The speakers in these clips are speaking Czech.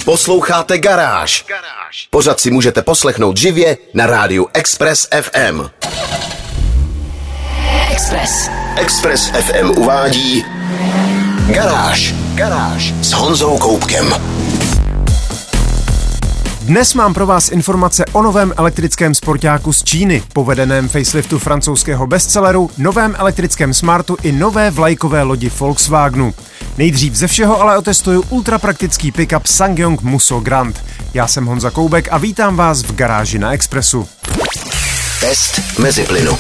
Posloucháte Garáž. Pořad si můžete poslechnout živě na rádiu Express FM. Express FM uvádí Garáž s Honzou Koubkem. Dnes mám pro vás informace o novém elektrickém sportáku z Číny, povedeném faceliftu francouzského bestselleru, novém elektrickém Smartu i nové vlajkové lodi Volkswagenu. Nejdřív ze všeho ale otestuju ultrapraktický pick-up SsangYong Musso Grand. Já jsem Honza Koubek a vítám vás v Garáži na Expressu. Test meziplynu.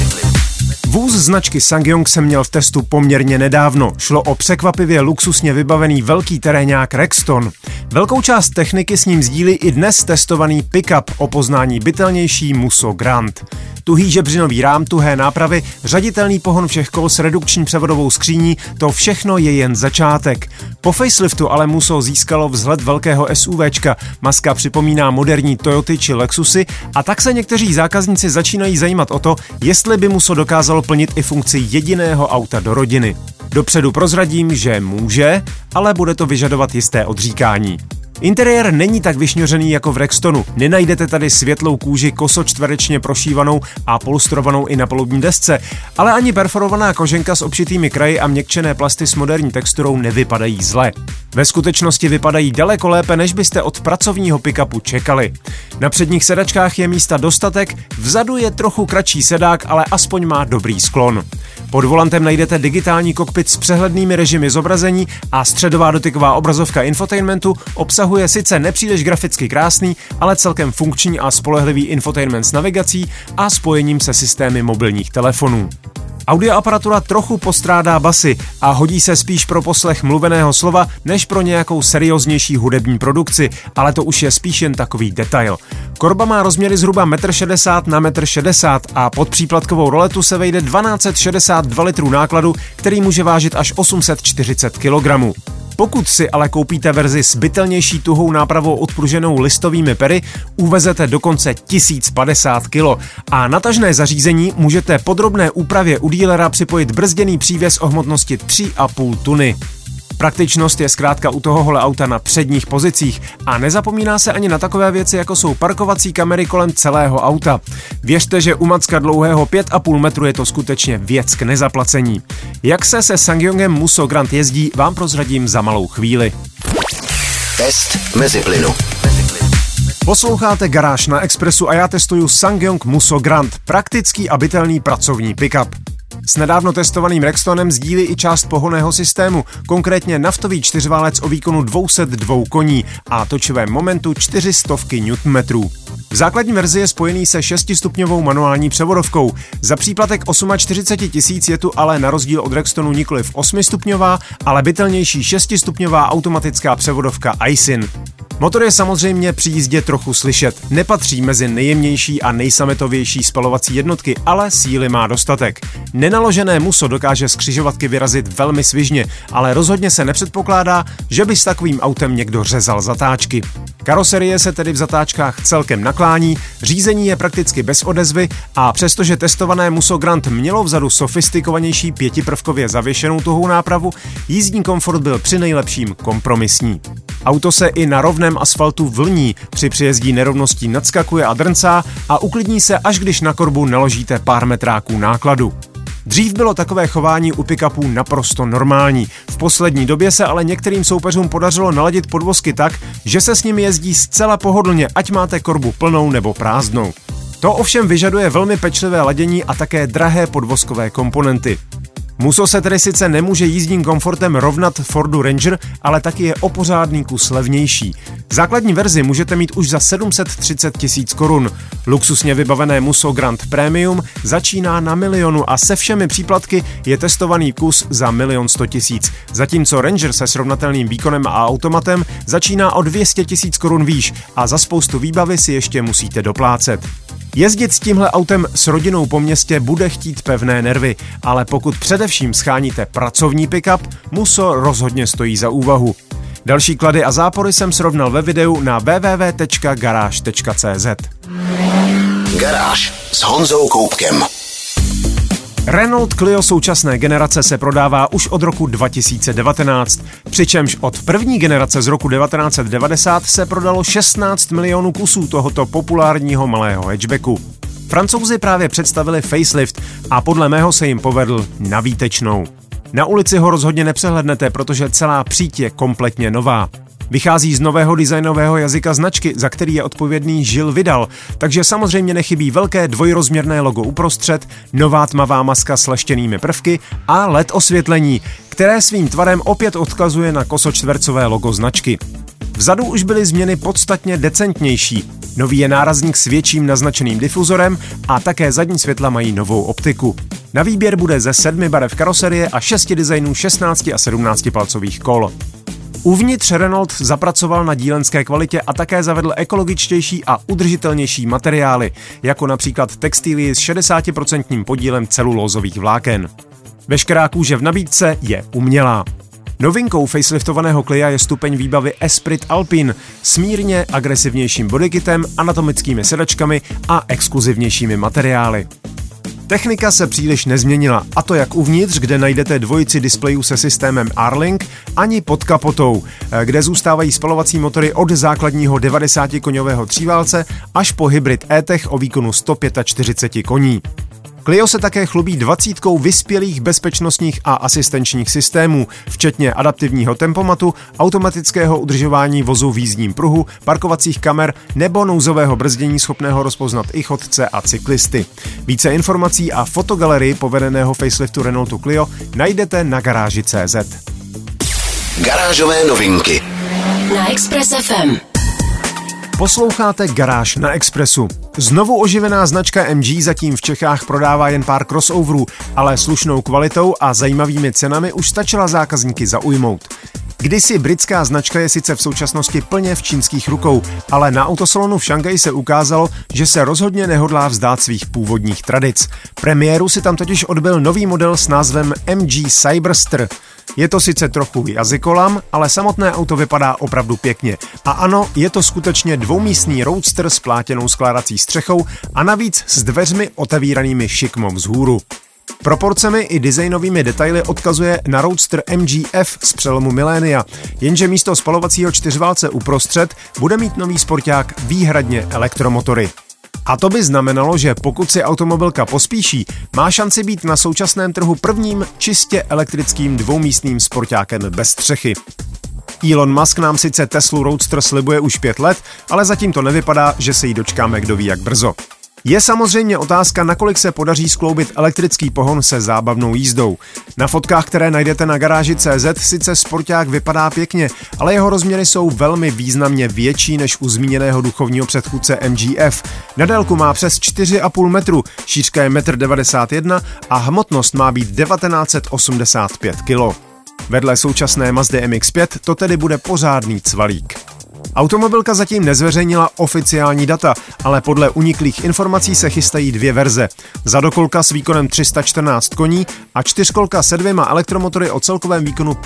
Vůz značky SsangYong jsem měl v testu poměrně nedávno. Šlo o překvapivě luxusně vybavený velký teréňák Rexton. Velkou část techniky s ním sdílí i dnes testovaný pick-up o poznání bytelnější Musso Grand. Tuhý žebřinový rám, tuhé nápravy, řaditelný pohon všech kol s redukční převodovou skříní, to všechno je jen začátek. Po faceliftu ale Musso získalo vzhled velkého SUVčka, maska připomíná moderní Toyoty či Lexusy a tak se někteří zákazníci začínají zajímat o to, jestli by Musso dokázalo plnit i funkci jediného auta do rodiny. Dopředu prozradím, že může, ale bude to vyžadovat jisté odříkání. Interiér není tak vyšňořený jako v Rextonu. Nenajdete tady světlou kůži kosočtverečně prošívanou a polstrovanou i na palubní desce, ale ani perforovaná koženka s obšitými kraji a měkčené plasty s moderní texturou nevypadají zle. Ve skutečnosti vypadají daleko lépe, než byste od pracovního pick-upu čekali. Na předních sedačkách je místa dostatek, vzadu je trochu kratší sedák, ale aspoň má dobrý sklon. Pod volantem najdete digitální kokpit s přehlednými režimy zobrazení a středová dotyková obrazovka infotainmentu obsahuje sice nepříliš graficky krásný, ale celkem funkční a spolehlivý infotainment s navigací a spojením se systémy mobilních telefonů. Audioaparatura trochu postrádá basy a hodí se spíš pro poslech mluveného slova, než pro nějakou serióznější hudební produkci, ale to už je spíš jen takový detail. Korba má rozměry zhruba 1,60 m na 1,60 m a pod příplatkovou roletu se vejde 1262 litrů nákladu, který může vážit až 840 kg. Pokud si ale koupíte verzi s bytelnější tuhou nápravou odpruženou listovými pery, uvezete dokonce 1050 kg a na tažné zařízení můžete podrobné úpravě u dílera připojit brzděný přívěs o hmotnosti 3,5 tuny. Praktičnost je zkrátka u tohohle auta na předních pozicích a nezapomíná se ani na takové věci, jako jsou parkovací kamery kolem celého auta. Věřte, že u macka dlouhého 5,5 metru je to skutečně věc k nezaplacení. Jak se SsangYongem Musso Grand jezdí, vám prozradím za malou chvíli. Test meziplynu. Posloucháte Garáž na Expressu a já testuju SsangYong Musso Grand, praktický a bytelný pracovní pick-up. S nedávno testovaným Rextonem sdílí i část pohonného systému, konkrétně naftový čtyřválec o výkonu 202 koní a točivém momentu 400 Nm. V základní verzi je spojený se 6stupňovou manuální převodovkou. Za příplatek 48 000 je tu ale na rozdíl od Rextonu nikoliv 8stupňová, ale bytelnější 6stupňová automatická převodovka Aisin. Motor je samozřejmě při jízdě trochu slyšet. Nepatří mezi nejjemnější a nejsametovější spalovací jednotky, ale síly má dostatek. Nenaložené Musso dokáže z křižovatky vyrazit velmi svižně, ale rozhodně se nepředpokládá, že by s takovým autem někdo řezal zatáčky. Karoserie se tedy v zatáčkách celkem naklání, řízení je prakticky bez odezvy a přestože testované Musso Grand mělo vzadu sofistikovanější pětiprvkově zavěšenou tuhou nápravu, jízdní komfort byl při nejlepším kompromisní. Auto se i na rovném asfaltu vlní, při přejezdí nerovností nadskakuje a drncá a uklidní se, až když na korbu naložíte pár metráků nákladu. Dřív bylo takové chování u pick-upů naprosto normální. V poslední době se ale některým soupeřům podařilo naladit podvozky tak, že se s nimi jezdí zcela pohodlně, ať máte korbu plnou nebo prázdnou. To ovšem vyžaduje velmi pečlivé ladění a také drahé podvozkové komponenty. Musso se tedy sice nemůže jízdním komfortem rovnat Fordu Ranger, ale taky je o pořádný kus levnější. Základní verzi můžete mít už za 730 000 korun. Luxusně vybavené Musso Grand Premium začíná na 1 000 000 a se všemi příplatky je testovaný kus za 1 100 000. Zatímco Ranger se srovnatelným výkonem a automatem začíná o 200 000 korun výš a za spoustu výbavy si ještě musíte doplácet. Jezdit s tímhle autem s rodinou po městě bude chtít pevné nervy, ale pokud především sháníte pracovní pick-up, Musso rozhodně stojí za úvahu. Další klady a zápory jsem srovnal ve videu na www.garage.cz. Garáž s Honzou Koubkem. Renault Clio současné generace se prodává už od roku 2019, přičemž od první generace z roku 1990 se prodalo 16 milionů kusů tohoto populárního malého hatchbacku. Francouzi právě představili facelift a podle mého se jim povedl na výtečnou. Na ulici ho rozhodně nepřehlednete, protože celá příď je kompletně nová. Vychází z nového designového jazyka značky, za který je odpovědný Gilles Vidal, takže samozřejmě nechybí velké dvojrozměrné logo uprostřed, nová tmavá maska s leštěnými prvky a LED osvětlení, které svým tvarem opět odkazuje na kosočtvercové logo značky. Vzadu už byly změny podstatně decentnější. Nový je nárazník s větším naznačeným difuzorem a také zadní světla mají novou optiku. Na výběr bude ze 7 barev karoserie a 6 designů 16 a 17 palcových kol. Uvnitř Renault zapracoval na dílenské kvalitě a také zavedl ekologičtější a udržitelnější materiály, jako například textilii s 60% podílem celulózových vláken. Veškerá kůže v nabídce je umělá. Novinkou faceliftovaného Clia je stupeň výbavy Esprit Alpine s mírně agresivnějším bodykitem, anatomickými sedačkami a exkluzivnějšími materiály. Technika se příliš nezměnila, a to jak uvnitř, kde najdete dvojici displejů se systémem R-Link, ani pod kapotou, kde zůstávají spalovací motory od základního 90-koňového tříválce až po hybrid E-Tech o výkonu 145 koní. Clio se také chlubí 20 vyspělých bezpečnostních a asistenčních systémů, včetně adaptivního tempomatu, automatického udržování vozu v jízdním pruhu, parkovacích kamer nebo nouzového brzdění schopného rozpoznat i chodce a cyklisty. Více informací a fotogalerii povedeného faceliftu Renaultu Clio najdete na garáži.cz. Garážové novinky na Express FM. Posloucháte Garáž na Expressu. Znovu oživená značka MG zatím v Čechách prodává jen pár crossoverů, ale slušnou kvalitou a zajímavými cenami už stačila zákazníky zaujmout. Kdysi britská značka je sice v současnosti plně v čínských rukou, ale na autosalonu v Šanghaji se ukázalo, že se rozhodně nehodlá vzdát svých původních tradic. Premiéru si tam totiž odbyl nový model s názvem MG Cyberster. Je to sice trochu jazykolam, ale samotné auto vypadá opravdu pěkně. A ano, je to skutečně dvoumístný roadster s plátěnou skládací střechou a navíc s dveřmi otevíranými šikmou vzhůru. Proporcemi i designovými detaily odkazuje na Roadster MG-F z přelomu milénia, jenže místo spalovacího čtyřválce uprostřed bude mít nový sporták výhradně elektromotory. A to by znamenalo, že pokud si automobilka pospíší, má šanci být na současném trhu prvním čistě elektrickým dvoumístným sportákem bez střechy. Elon Musk nám sice Teslu Roadster slibuje už 5 let, ale zatím to nevypadá, že se jí dočkáme kdo ví jak brzo. Je samozřejmě otázka, nakolik se podaří skloubit elektrický pohon se zábavnou jízdou. Na fotkách, které najdete na garáži.cz, sice sporták vypadá pěkně, ale jeho rozměry jsou velmi významně větší než u zmíněného duchovního předchůdce MG-F. Na délku má přes 4,5 metru, šířka je 1,91 m a hmotnost má být 1985 kg. Vedle současné Mazdy MX-5 to tedy bude pořádný cvalík. Automobilka zatím nezveřejnila oficiální data, ale podle uniklých informací se chystají 2 verze. Zadokolka s výkonem 314 koní a 4kolka se 2 elektromotory o celkovém výkonu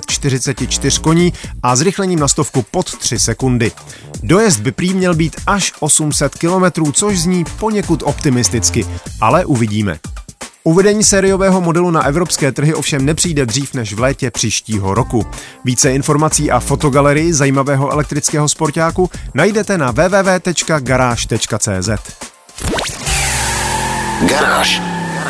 544 koní a zrychlením na 100 pod 3 sekundy. Dojezd by prý měl být až 800 km, což zní poněkud optimisticky, ale uvidíme. Uvedení sériového modelu na evropské trhy ovšem nepřijde dřív než v létě příštího roku. Více informací a fotogalerii zajímavého elektrického sportáku najdete na www.garage.cz. Garáž.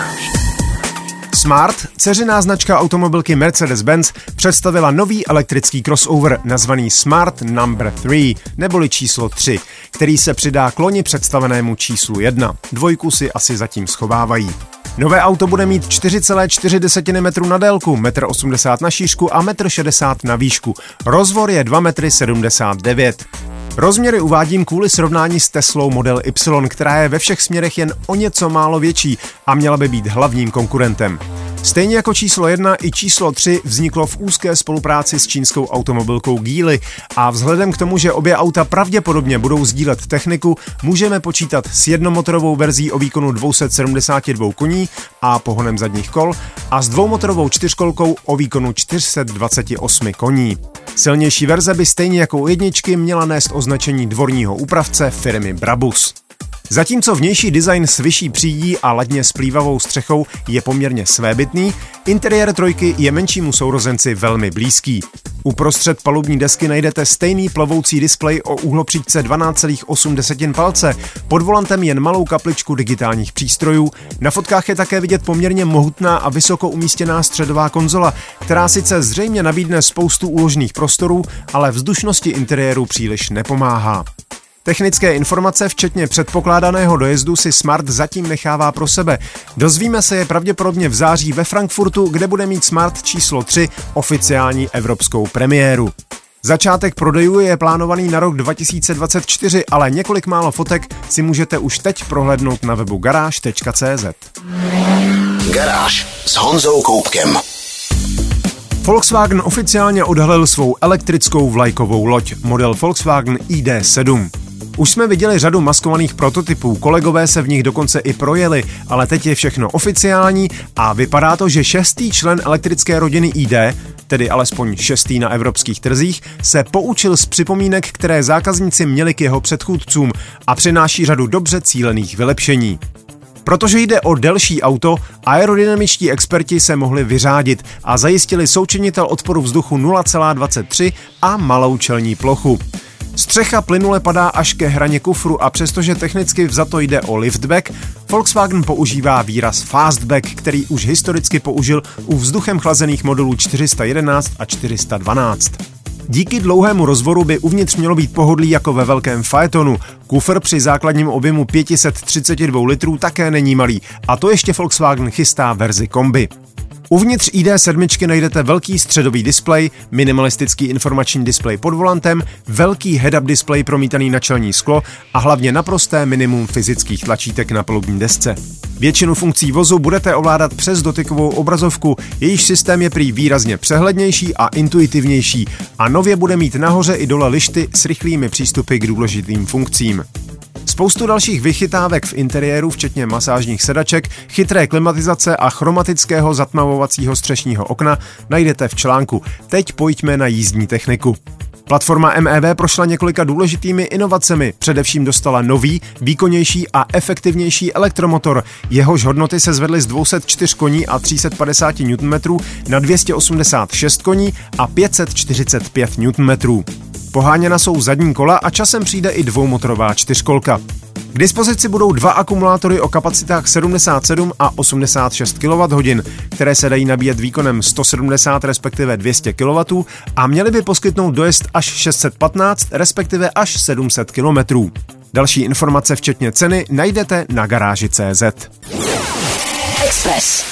Smart, dceřiná značka automobilky Mercedes-Benz, představila nový elektrický crossover nazvaný Smart No. 3, neboli číslo 3, který se přidá k loni představenému číslu 1. Dvojku si asi zatím schovávají. Nové auto bude mít 4,4 metru na délku, 1,80 m na šířku a 1,60 m na výšku. Rozvor je 2,79 m. Rozměry uvádím kvůli srovnání s Teslou Model Y, která je ve všech směrech jen o něco málo větší a měla by být hlavním konkurentem. Stejně jako číslo 1 i číslo 3 vzniklo v úzké spolupráci s čínskou automobilkou Geely a vzhledem k tomu, že obě auta pravděpodobně budou sdílet techniku, můžeme počítat s jednomotorovou verzí o výkonu 272 koní a pohonem zadních kol a s dvoumotorovou čtyřkolkou o výkonu 428 koní. Silnější verze by stejně jako u jedničky měla nést označení dvorního úpravce firmy Brabus. Zatímco vnější design s vyšší přídí a ladně splývavou střechou je poměrně svébytný, interiér trojky je menšímu sourozenci velmi blízký. Uprostřed palubní desky najdete stejný plovoucí displej o úhlopříčce 12,8 palce, pod volantem jen malou kapličku digitálních přístrojů. Na fotkách je také vidět poměrně mohutná a vysoko umístěná středová konzola, která sice zřejmě nabídne spoustu úložných prostorů, ale vzdušnosti interiéru příliš nepomáhá. Technické informace, včetně předpokládaného dojezdu, si Smart zatím nechává pro sebe. Dozvíme se je pravděpodobně v září ve Frankfurtu, kde bude mít Smart číslo 3 oficiální evropskou premiéru. Začátek prodejů je plánovaný na rok 2024, ale několik málo fotek si můžete už teď prohlédnout na webu garáž.cz. Garáž s Honzou Koupkem. Volkswagen oficiálně odhalil svou elektrickou vlajkovou loď, model Volkswagen ID.7. Už jsme viděli řadu maskovaných prototypů, kolegové se v nich dokonce i projeli, ale teď je všechno oficiální a vypadá to, že 6. člen elektrické rodiny ID, tedy alespoň 6. na evropských trzích, se poučil z připomínek, které zákazníci měli k jeho předchůdcům a přináší řadu dobře cílených vylepšení. Protože jde o delší auto, aerodynamičtí experti se mohli vyřádit a zajistili součinitel odporu vzduchu 0,23 a malou čelní plochu. Střecha plynule padá až ke hraně kufru a přestože technicky vzato jde o liftback, Volkswagen používá výraz fastback, který už historicky použil u vzduchem chlazených modelů 411 a 412. Díky dlouhému rozvoru by uvnitř mělo být pohodlí jako ve velkém Phaetonu. Kufr při základním objemu 532 litrů také není malý a to ještě Volkswagen chystá verzi kombi. Uvnitř ID.7 najdete velký středový displej, minimalistický informační displej pod volantem, velký head-up displej promítaný na čelní sklo a hlavně naprosté minimum fyzických tlačítek na palubní desce. Většinu funkcí vozu budete ovládat přes dotykovou obrazovku, jejíž systém je prý výrazně přehlednější a intuitivnější a nově bude mít nahoře i dole lišty s rychlými přístupy k důležitým funkcím. Spoustu dalších vychytávek v interiéru, včetně masážních sedaček, chytré klimatizace a chromatického zatmavovacího střešního okna, najdete v článku. Teď pojďme na jízdní techniku. Platforma MEV prošla několika důležitými inovacemi, především dostala nový, výkonnější a efektivnější elektromotor. Jehož hodnoty se zvedly z 204 koní a 350 Nm na 286 koní a 545 Nm. Poháněna jsou zadní kola a časem přijde i dvoumotorová čtyřkolka. K dispozici budou dva akumulátory o kapacitách 77 a 86 kWh, které se dají nabíjet výkonem 170 respektive 200 kW a měly by poskytnout dojezd až 615 respektive až 700 km. Další informace včetně ceny najdete na garáži.cz. Express.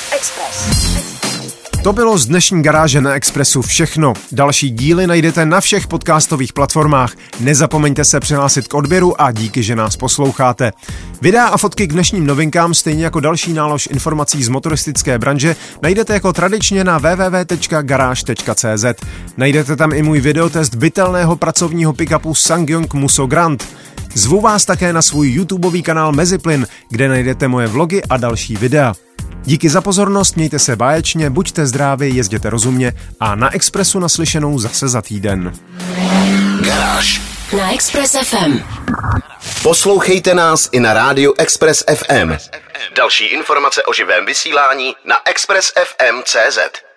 To bylo z dnešní garáže na Expressu všechno. Další díly najdete na všech podcastových platformách. Nezapomeňte se přihlásit k odběru a díky, že nás posloucháte. Videa a fotky k dnešním novinkám, stejně jako další nálož informací z motoristické branže, najdete jako tradičně na www.garage.cz. Najdete tam i můj videotest bytelného pracovního pick-upu SsangYong Musso Grand. Zvu vás také na svůj YouTubeový kanál Meziplyn, kde najdete moje vlogy a další videa. Díky za pozornost, mějte se báječně, buďte zdraví, jezděte rozumně a na Expressu naslyšenou zase za týden. Garáž Na Express FM. Poslouchejte nás i na rádiu Express FM. Další informace o živém vysílání na expressfm.cz.